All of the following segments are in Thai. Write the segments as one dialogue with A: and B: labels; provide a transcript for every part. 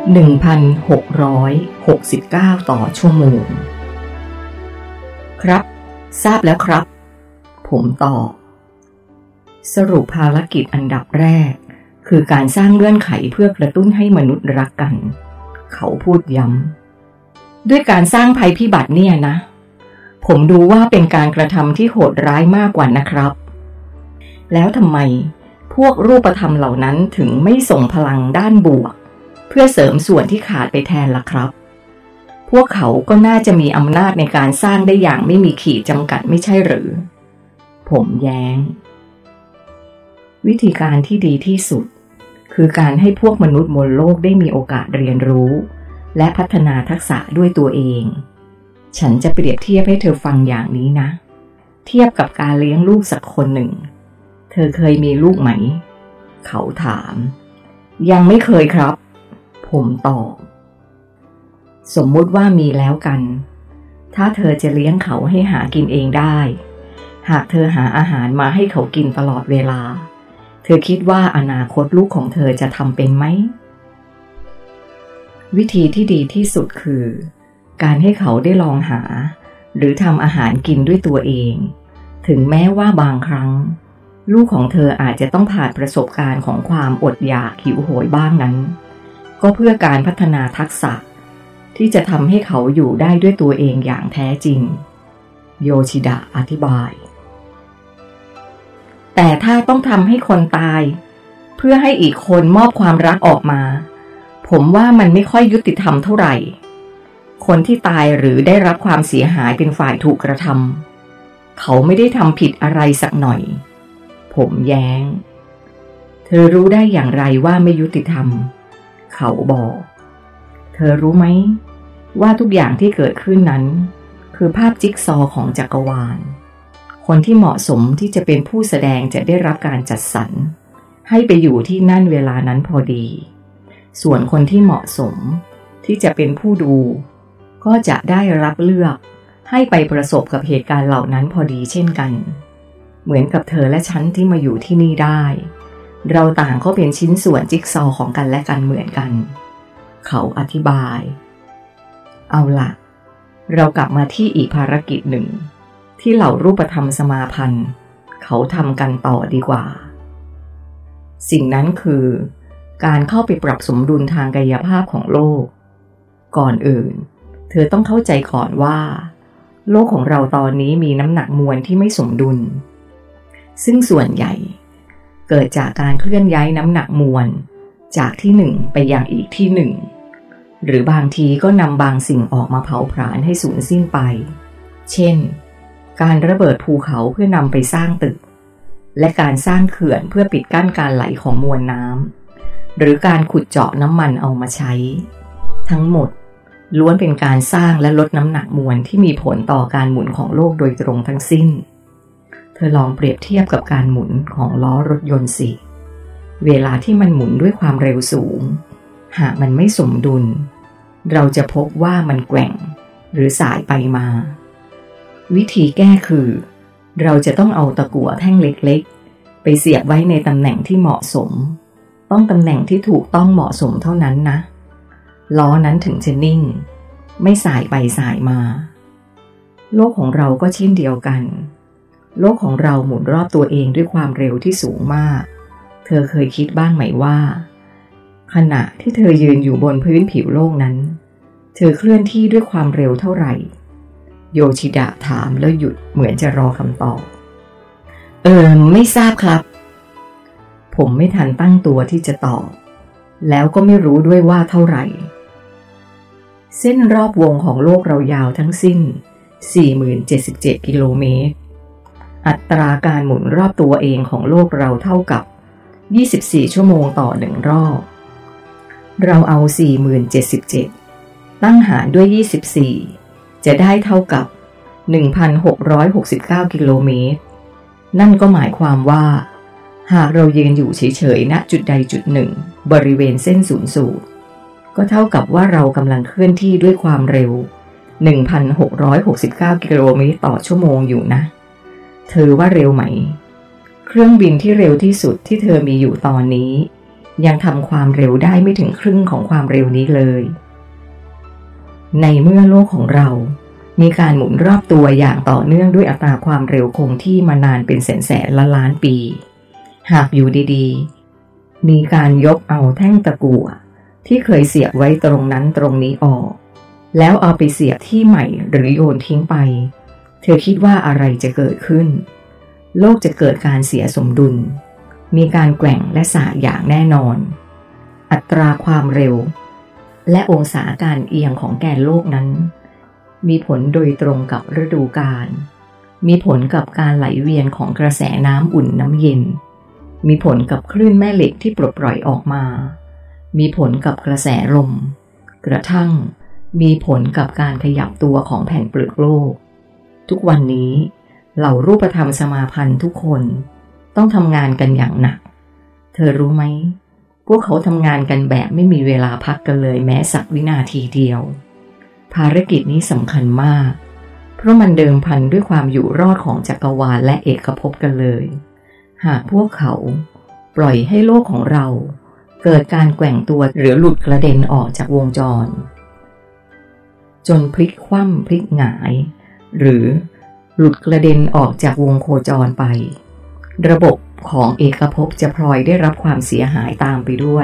A: 1,669 ต่อชั่วโมงครับทราบแล้วครับผมตอบสรุปภารกิจอันดับแรกคือการสร้างเงื่อนไขเพื่อกระตุ้นให้มนุษย์รักกันเขาพูดย้ำด้วยการสร้างภัยพิบัติเนี่ยนะผมดูว่าเป็นการกระทำที่โหดร้ายมากกว่านะครับแล้วทำไมพวกรูปธรรมเหล่านั้นถึงไม่ส่งพลังด้านบวกเพื่อเสริมส่วนที่ขาดไปแทนล่ะครับพวกเขาก็น่าจะมีอำนาจในการสร้างได้อย่างไม่มีขีดจำกัดไม่ใช่หรือผมแย้งวิธีการที่ดีที่สุดคือการให้พวกมนุษย์บนโลกได้มีโอกาสเรียนรู้และพัฒนาทักษะด้วยตัวเองฉันจะเปรียบเทียบให้เธอฟังอย่างนี้นะเทียบกับการเลี้ยงลูกสักคนหนึ่งเธอเคยมีลูกไหมเขาถามยังไม่เคยครับผมตอบสมมุติว่ามีแล้วกันถ้าเธอจะเลี้ยงเขาให้หากินเองได้หากเธอหาอาหารมาให้เขากินตลอดเวลาเธอคิดว่าอนาคตลูกของเธอจะทำเป็นไหมวิธีที่ดีที่สุดคือการให้เขาได้ลองหาหรือทำอาหารกินด้วยตัวเองถึงแม้ว่าบางครั้งลูกของเธออาจจะต้องผ่านประสบการณ์ของความอดอยากหิวโหยบ้างนั้นก็เพื่อการพัฒนาทักษะที่จะทำให้เขาอยู่ได้ด้วยตัวเองอย่างแท้จริงโยชิดะอธิบายแต่ถ้าต้องทำให้คนตายเพื่อให้อีกคนมอบความรักออกมาผมว่ามันไม่ค่อยยุติธรรมเท่าไหร่คนที่ตายหรือได้รับความเสียหายเป็นฝ่ายถูกกระทำเขาไม่ได้ทำผิดอะไรสักหน่อยผมแย้งเธอรู้ได้อย่างไรว่าไม่ยุติธรรมเขาบอกเธอรู้ไหมว่าทุกอย่างที่เกิดขึ้นนั้นคือภาพจิ๊กซอว์ของจักรวาลคนที่เหมาะสมที่จะเป็นผู้แสดงจะได้รับการจัดสรรให้ไปอยู่ที่นั่นเวลานั้นพอดีส่วนคนที่เหมาะสมที่จะเป็นผู้ดูก็จะได้รับเลือกให้ไปประสบกับเหตุการณ์เหล่านั้นพอดีเช่นกันเหมือนกับเธอและฉันที่มาอยู่ที่นี่ได้เราต่างก็เป็นชิ้นส่วนจิ๊กซอว์ของกันและกันเหมือนกันเขาอธิบายเอาล่ะเรากลับมาที่อีกภารกิจหนึ่งที่เหล่ารูปธรรมสมาพันธ์เขาทำกันต่อดีกว่าสิ่งนั้นคือการเข้าไปปรับสมดุลทางกายภาพของโลกก่อนอื่นเธอต้องเข้าใจก่อนว่าโลกของเราตอนนี้มีน้ำหนักมวลที่ไม่สมดุลซึ่งส่วนใหญ่เกิดจากการเคลื่อนย้ายน้ำหนักมวลจากที่หนึ่งไปยังอีกที่หนึ่งหรือบางทีก็นำบางสิ่งออกมาเผาผลาญให้สูญสิ้นไปเช่นการระเบิดภูเขาเพื่อนำไปสร้างตึกและการสร้างเขื่อนเพื่อปิดกั้นการไหลของมวลน้ำหรือการขุดเจาะน้ำมันเอามาใช้ทั้งหมดล้วนเป็นการสร้างและลดน้ำหนักมวลที่มีผลต่อการหมุนของโลกโดยตรงทั้งสิ้นเธอลองเปรียบเทียบกับการหมุนของล้อรถยนต์สิเวลาที่มันหมุนด้วยความเร็วสูงหากมันไม่สมดุลเราจะพบว่ามันแกว่งหรือสายไปมาวิธีแก้คือเราจะต้องเอาตะกั่วแท่งเล็กๆไปเสียบไว้ในตำแหน่งที่เหมาะสมต้องตำแหน่งที่ถูกต้องเหมาะสมเท่านั้นนะล้อนั้นถึงจะนิ่งไม่สายไปสายมาโลกของเราก็เช่นเดียวกันโลกของเราหมุนรอบตัวเองด้วยความเร็วที่สูงมากเธอเคยคิดบ้างไหมว่าขณะที่เธอยืนอยู่บนพื้นผิวโลกนั้นเธอเคลื่อนที่ด้วยความเร็วเท่าไหร่โยชิดะถามแล้วหยุดเหมือนจะรอคำตอบไม่ทราบครับผมไม่ทันตั้งตัวที่จะตอบแล้วก็ไม่รู้ด้วยว่าเท่าไหร่เส้นรอบวงของโลกเรายาวทั้งสิ้น 4077 กิโลเมตรอัตราการหมุนรอบตัวเองของโลกเราเท่ากับ24ชั่วโมงต่อ1รอบเราเอา 4077 ตั้งหารด้วย24จะได้เท่ากับ 1,669 กิโลเมตรนั่นก็หมายความว่าหากเรายืนอยู่เฉยๆณจุดใดจุดหนึ่งบริเวณเส้นศูนย์สูตรก็เท่ากับว่าเรากำลังเคลื่อนที่ด้วยความเร็ว 1,669 กิโลเมตรต่อชั่วโมงอยู่นะเธอว่าเร็วไหมเครื่องบินที่เร็วที่สุดที่เธอมีอยู่ตอนนี้ยังทำความเร็วได้ไม่ถึงครึ่งของความเร็วนี้เลยในเมื่อโลกของเรามีการหมุนรอบตัวอย่างต่อเนื่องด้วยอัตราความเร็วคงที่มานานเป็นแสนล้านปีหากอยู่ดีๆมีการยกเอาแท่งตะกั่วที่เคยเสียบไว้ตรงนั้นตรงนี้ออกแล้วเอาไปเสียบที่ใหม่หรือโยนทิ้งไปเธอคิดว่าอะไรจะเกิดขึ้นโลกจะเกิดการเสียสมดุลมีการแกว่งและสายอย่างแน่นอนอัตราความเร็วและองศาการเอียงของแกนโลกนั้นมีผลโดยตรงกับฤดูกาลมีผลกับการไหลเวียนของกระแสน้ำอุ่นน้ำเย็นมีผลกับคลื่นแม่เหล็กที่ปลดปล่อยออกมามีผลกับกระแสลมกระทั่งมีผลกับการขยับตัวของแผ่นเปลือกโลกทุกวันนี้เหล่ารูปธรรมสมาพันธ์ทุกคนต้องทำงานกันอย่างหนักเธอรู้ไหมพวกเขาทำงานกันแบบไม่มีเวลาพักกันเลยแม้สักวินาทีเดียวภารกิจนี้สำคัญมากเพราะมันเดิมพันด้วยความอยู่รอดของจักรวาลและเอกภพกันเลยหากพวกเขาปล่อยให้โลกของเราเกิดการแกว่งตัวหรือหลุดกระเด็นออกจากวงจรจนพลิกคว่ำพลิกหงายหรือหลุดกระเด็นออกจากวงโคจรไประบบของเอกภพจะพลอยได้รับความเสียหายตามไปด้วย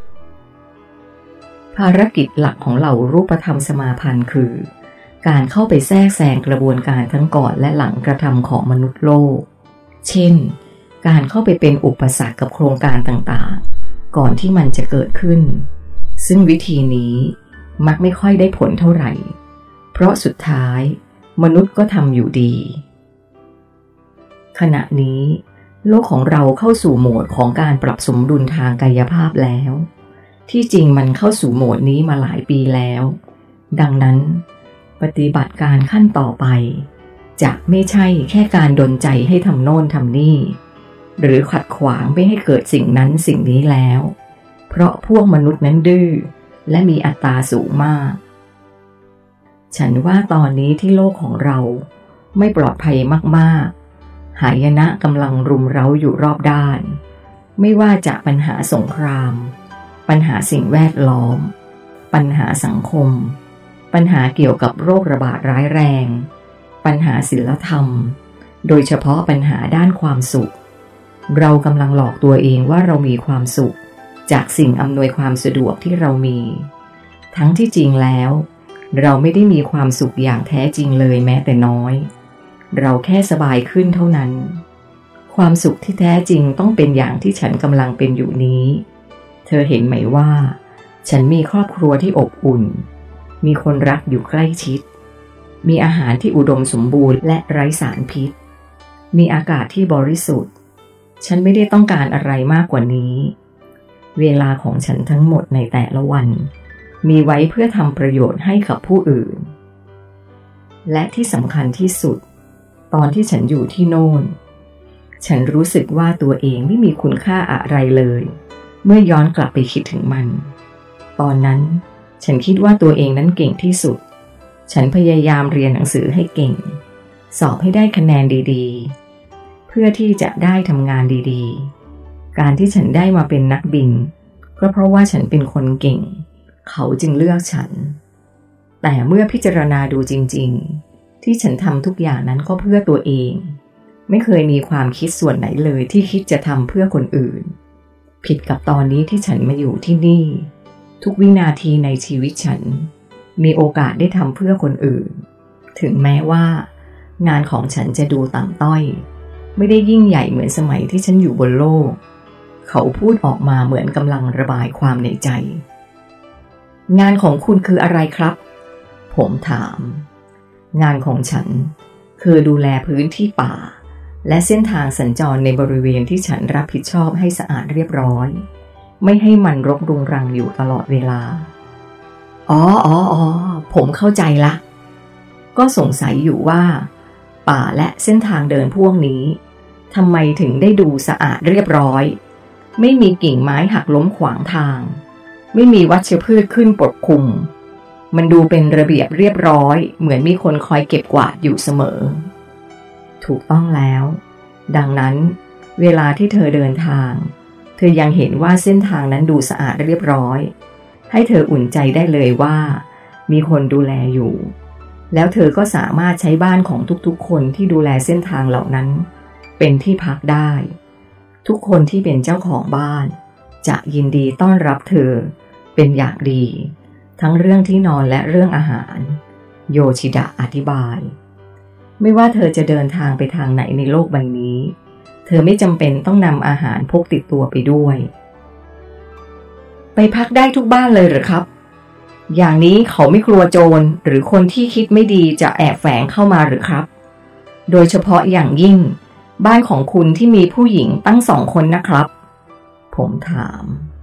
A: ภารกิจหลักของเหล่ารูปธรรมสมาพันธ์คือการเข้าไปแทรกแซงกระบวนการทั้งก่อนและหลังกระทำของมนุษย์โลกเช่นการเข้าไปเป็นอุปสรรคกับโครงการต่างๆก่อนที่มันจะเกิดขึ้นซึ่งวิธีนี้มักไม่ค่อยได้ผลเท่าไหร่เพราะสุดท้ายมนุษย์ก็ทำอยู่ดีขณะนี้โลกของเราเข้าสู่โหมดของการปรับสมดุลทางกายภาพแล้วที่จริงมันเข้าสู่โหมดนี้มาหลายปีแล้วดังนั้นปฏิบัติการขั้นต่อไปจะไม่ใช่แค่การดลใจให้ทำโน่นทำนี่หรือขัดขวางไม่ให้เกิดสิ่งนั้นสิ่งนี้แล้วเพราะพวกมนุษย์นั้นดื้อและมีอัตราสูงมากฉันว่าตอนนี้ที่โลกของเราไม่ปลอดภัยมากๆหายนะกำลังรุมเร้าอยู่รอบด้านไม่ว่าจะปัญหาสงครามปัญหาสิ่งแวดล้อมปัญหาสังคมปัญหาเกี่ยวกับโรคระบาดร้ายแรงปัญหาศีลธรรมโดยเฉพาะปัญหาด้านความสุขเรากำลังหลอกตัวเองว่าเรามีความสุขจากสิ่งอำนวยความสะดวกที่เรามีทั้งที่จริงแล้วเราไม่ได้มีความสุขอย่างแท้จริงเลยแม้แต่น้อยเราแค่สบายขึ้นเท่านั้นความสุขที่แท้จริงต้องเป็นอย่างที่ฉันกำลังเป็นอยู่นี้เธอเห็นไหมว่าฉันมีครอบครัวที่อบอุ่นมีคนรักอยู่ใกล้ชิดมีอาหารที่อุดมสมบูรณ์และไร้สารพิษมีอากาศที่บริสุทธิ์ฉันไม่ได้ต้องการอะไรมากกว่านี้เวลาของฉันทั้งหมดในแต่ละวันมีไว้เพื่อทำประโยชน์ให้กับผู้อื่นและที่สำคัญที่สุดตอนที่ฉันอยู่ที่โน่นฉันรู้สึกว่าตัวเองไม่มีคุณค่าอะไรเลยเมื่อย้อนกลับไปคิดถึงมันตอนนั้นฉันคิดว่าตัวเองนั้นเก่งที่สุดฉันพยายามเรียนหนังสือให้เก่งสอบให้ได้คะแนนดีๆเพื่อที่จะได้ทำงานดีๆการที่ฉันได้มาเป็นนักบินก็เพราะว่าฉันเป็นคนเก่งเขาจึงเลือกฉันแต่เมื่อพิจารณาดูจริงๆที่ฉันทำทุกอย่างนั้นก็เพื่อตัวเองไม่เคยมีความคิดส่วนไหนเลยที่คิดจะทำเพื่อคนอื่นผิดกับตอนนี้ที่ฉันมาอยู่ที่นี่ทุกวินาทีในชีวิตฉันมีโอกาสได้ทำเพื่อคนอื่นถึงแม้ว่างานของฉันจะดูต่ำต้อยไม่ได้ยิ่งใหญ่เหมือนสมัยที่ฉันอยู่บนโลกเขาพูดออกมาเหมือนกำลังระบายความในใจงานของคุณคืออะไรครับผมถามงานของฉันคือดูแลพื้นที่ป่าและเส้นทางสัญจรในบริเวณที่ฉันรับผิดชอบให้สะอาดเรียบร้อยไม่ให้มันรกรุงรังอยู่ตลอดเวลาอ๋อผมเข้าใจละก็สงสัยอยู่ว่าป่าและเส้นทางเดินพวกนี้ทำไมถึงได้ดูสะอาดเรียบร้อยไม่มีกิ่งไม้หักล้มขวางทางไม่มีวัชพืชขึ้นปกคลุมมันดูเป็นระเบียบเรียบร้อยเหมือนมีคนคอยเก็บกวาดอยู่เสมอถูกต้องแล้วดังนั้นเวลาที่เธอเดินทางเธอยังเห็นว่าเส้นทางนั้นดูสะอาดเรียบร้อยให้เธออุ่นใจได้เลยว่ามีคนดูแลอยู่แล้วเธอก็สามารถใช้บ้านของทุกๆคนที่ดูแลเส้นทางเหล่านั้นเป็นที่พักได้ทุกคนที่เป็นเจ้าของบ้านจะยินดีต้อนรับเธอเป็นอย่างดีทั้งเรื่องที่นอนและเรื่องอาหารโยชิดะอธิบายไม่ว่าเธอจะเดินทางไปทางไหนในโลกใบนี้เธอไม่จำเป็นต้องนำอาหารพกติดตัวไปด้วยไปพักได้ทุกบ้านเลยหรือครับอย่างนี้เขาไม่กลัวโจรหรือคนที่คิดไม่ดีจะแอบแฝงเข้ามาหรือครับโดยเฉพาะอย่างยิ่งบ้านของคุณที่มีผู้หญิงตั้ง2 คนนะครับผมถาม